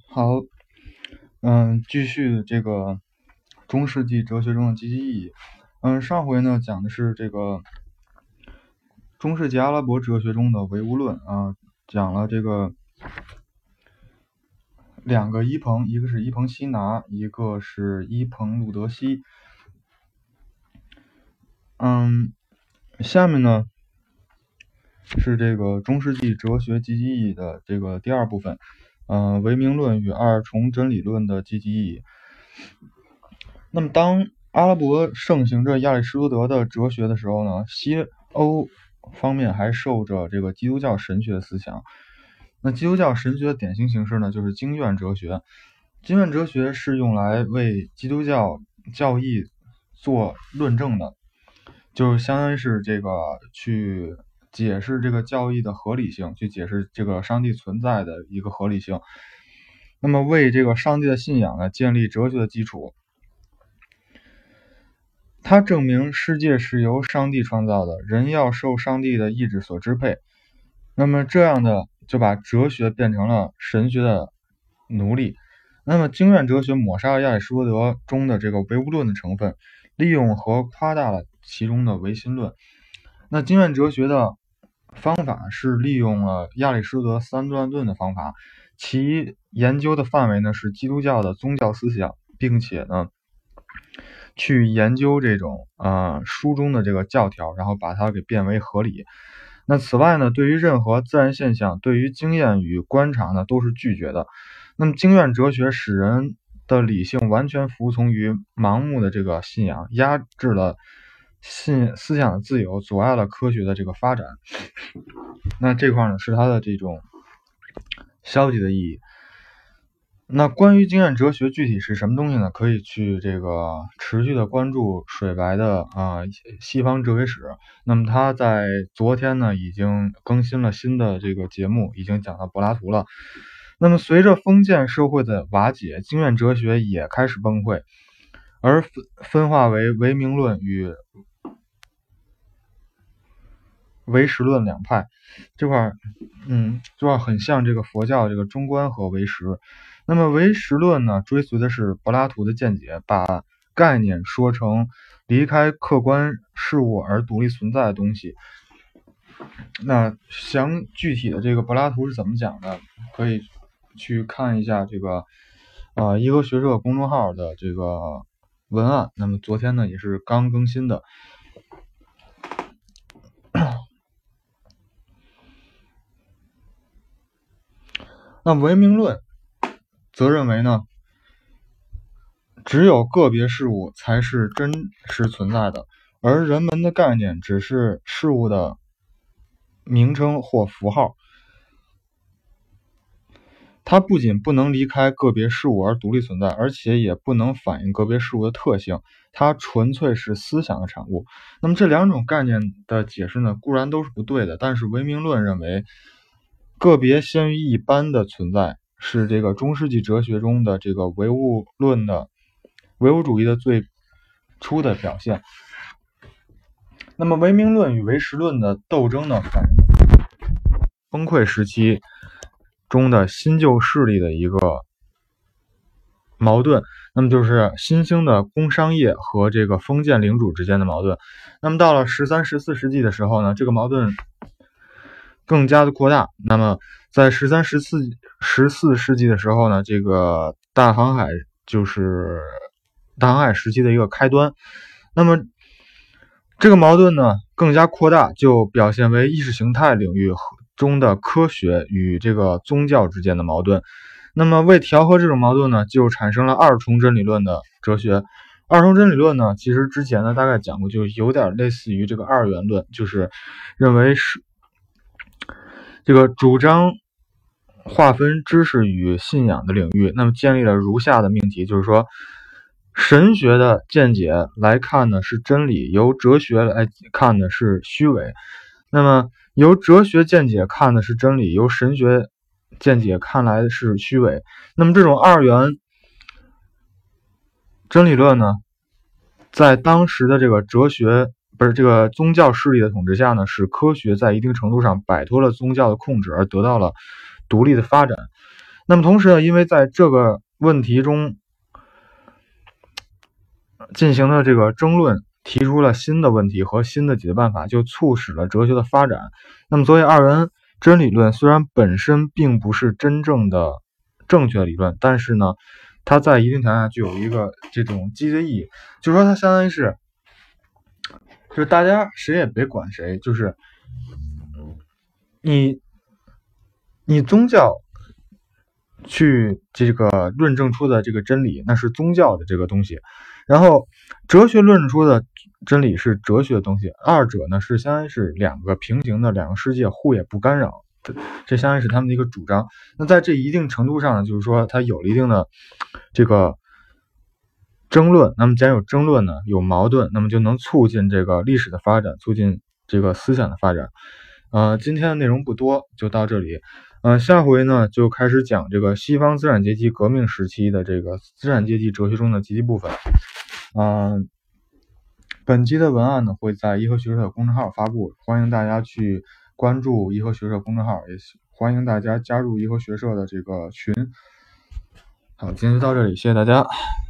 好，继续这个中世纪哲学中的积极意义。上回呢讲的是这个中世纪阿拉伯哲学中的唯物论啊，讲了这个两个伊彭，一个是伊彭希拿，一个是伊彭路德西。下面呢是这个中世纪哲学积极意义的这个第二部分，唯名论与二重真理论的积极意义。那么当阿拉伯盛行着亚里士多德的哲学的时候呢，西欧方面还受着这个基督教神学的思想。那基督教神学的典型形式呢，就是经院哲学。经院哲学是用来为基督教教义做论证的，就是相当于是这个去解释这个教义的合理性，去解释这个上帝存在的一个合理性。那么为这个上帝的信仰呢，建立哲学的基础。它证明世界是由上帝创造的，人要受上帝的意志所支配。那么这样的就把哲学变成了神学的奴隶。那么经院哲学抹杀了亚里士多德中的这个唯物论的成分，利用和夸大了其中的唯心论。那经院哲学的方法是利用了亚里士多德三段论的方法，其研究的范围呢是基督教的宗教思想，并且呢去研究这种书中的这个教条，然后把它给变为合理。那此外呢，对于任何自然现象，对于经验与观察呢，都是拒绝的。那么经院哲学使人的理性完全服从于盲目的这个信仰，压制了思想的自由，阻碍了科学的这个发展。那这块呢是它的这种消极的意义。那关于经验哲学具体是什么东西呢？可以去这个持续的关注水白的西方哲学史。那么他在昨天呢已经更新了新的这个节目，已经讲到柏拉图了。那么随着封建社会的瓦解，经验哲学也开始崩溃，而分化为唯名论与唯识论两派。这块很像这个佛教这个中观和唯识。那么唯识论呢，追随的是柏拉图的见解，把概念说成离开客观事物而独立存在的东西。那具体的这个柏拉图是怎么讲的，可以去看一下这个颐和学社公众号的这个文案。那么昨天呢也是刚更新的。那唯名论则认为呢，只有个别事物才是真实存在的，而人们的概念只是事物的名称或符号。它不仅不能离开个别事物而独立存在，而且也不能反映个别事物的特性，它纯粹是思想的产物。那么这两种概念的解释呢，固然都是不对的，但是唯名论认为个别先于一般的存在是这个中世纪哲学中的这个唯物主义的最初的表现。那么唯名论与唯识论的斗争呢，反映崩溃时期中的新旧势力的一个矛盾，那么就是新兴的工商业和这个封建领主之间的矛盾。那么到了13、14世纪的时候呢，这个矛盾更加的扩大。那么在13、14世纪的时候呢，这个大航海时期的一个开端。那么这个矛盾呢更加扩大，就表现为意识形态领域中的科学与这个宗教之间的矛盾。那么为调和这种矛盾呢，就产生了二重真理论的哲学。二重真理论呢，其实之前呢大概讲过，就有点类似于这个二元论，就是认为是这个主张划分知识与信仰的领域。那么建立了如下的命题，就是说神学的见解来看呢是真理，由哲学来看呢是虚伪。那么由哲学见解看的是真理，由神学见解看来的是虚伪。那么这种二元真理论呢，在当时的这个宗教势力的统治下呢，使科学在一定程度上摆脱了宗教的控制，而得到了独立的发展。 那么同时呢，因为在这个问题中进行了这个争论，提出了新的问题和新的解决办法，就促使了哲学的发展。那么所以二元真理论虽然本身并不是真正的正确的理论，但是呢，它在一定条件下具有一个这种积极的意义，就是说它相当于是，就是大家谁也别管谁，就是你宗教去这个论证出的这个真理，那是宗教的这个东西，然后哲学论证出的真理是哲学的东西，二者呢是相当于是两个平行的两个世界，互也不干扰，这相当于是他们的一个主张。那在这一定程度上呢，就是说它有了一定的这个争论，那么既然有争论呢，有矛盾，那么就能促进这个历史的发展，促进这个思想的发展。今天的内容不多，就到这里。下回呢就开始讲这个西方资产阶级革命时期的这个资产阶级哲学中的积极部分。本期的文案呢会在颐和学社公众号发布，欢迎大家去关注颐和学社公众号，也欢迎大家加入颐和学社的这个群。好，今天就到这里，谢谢大家。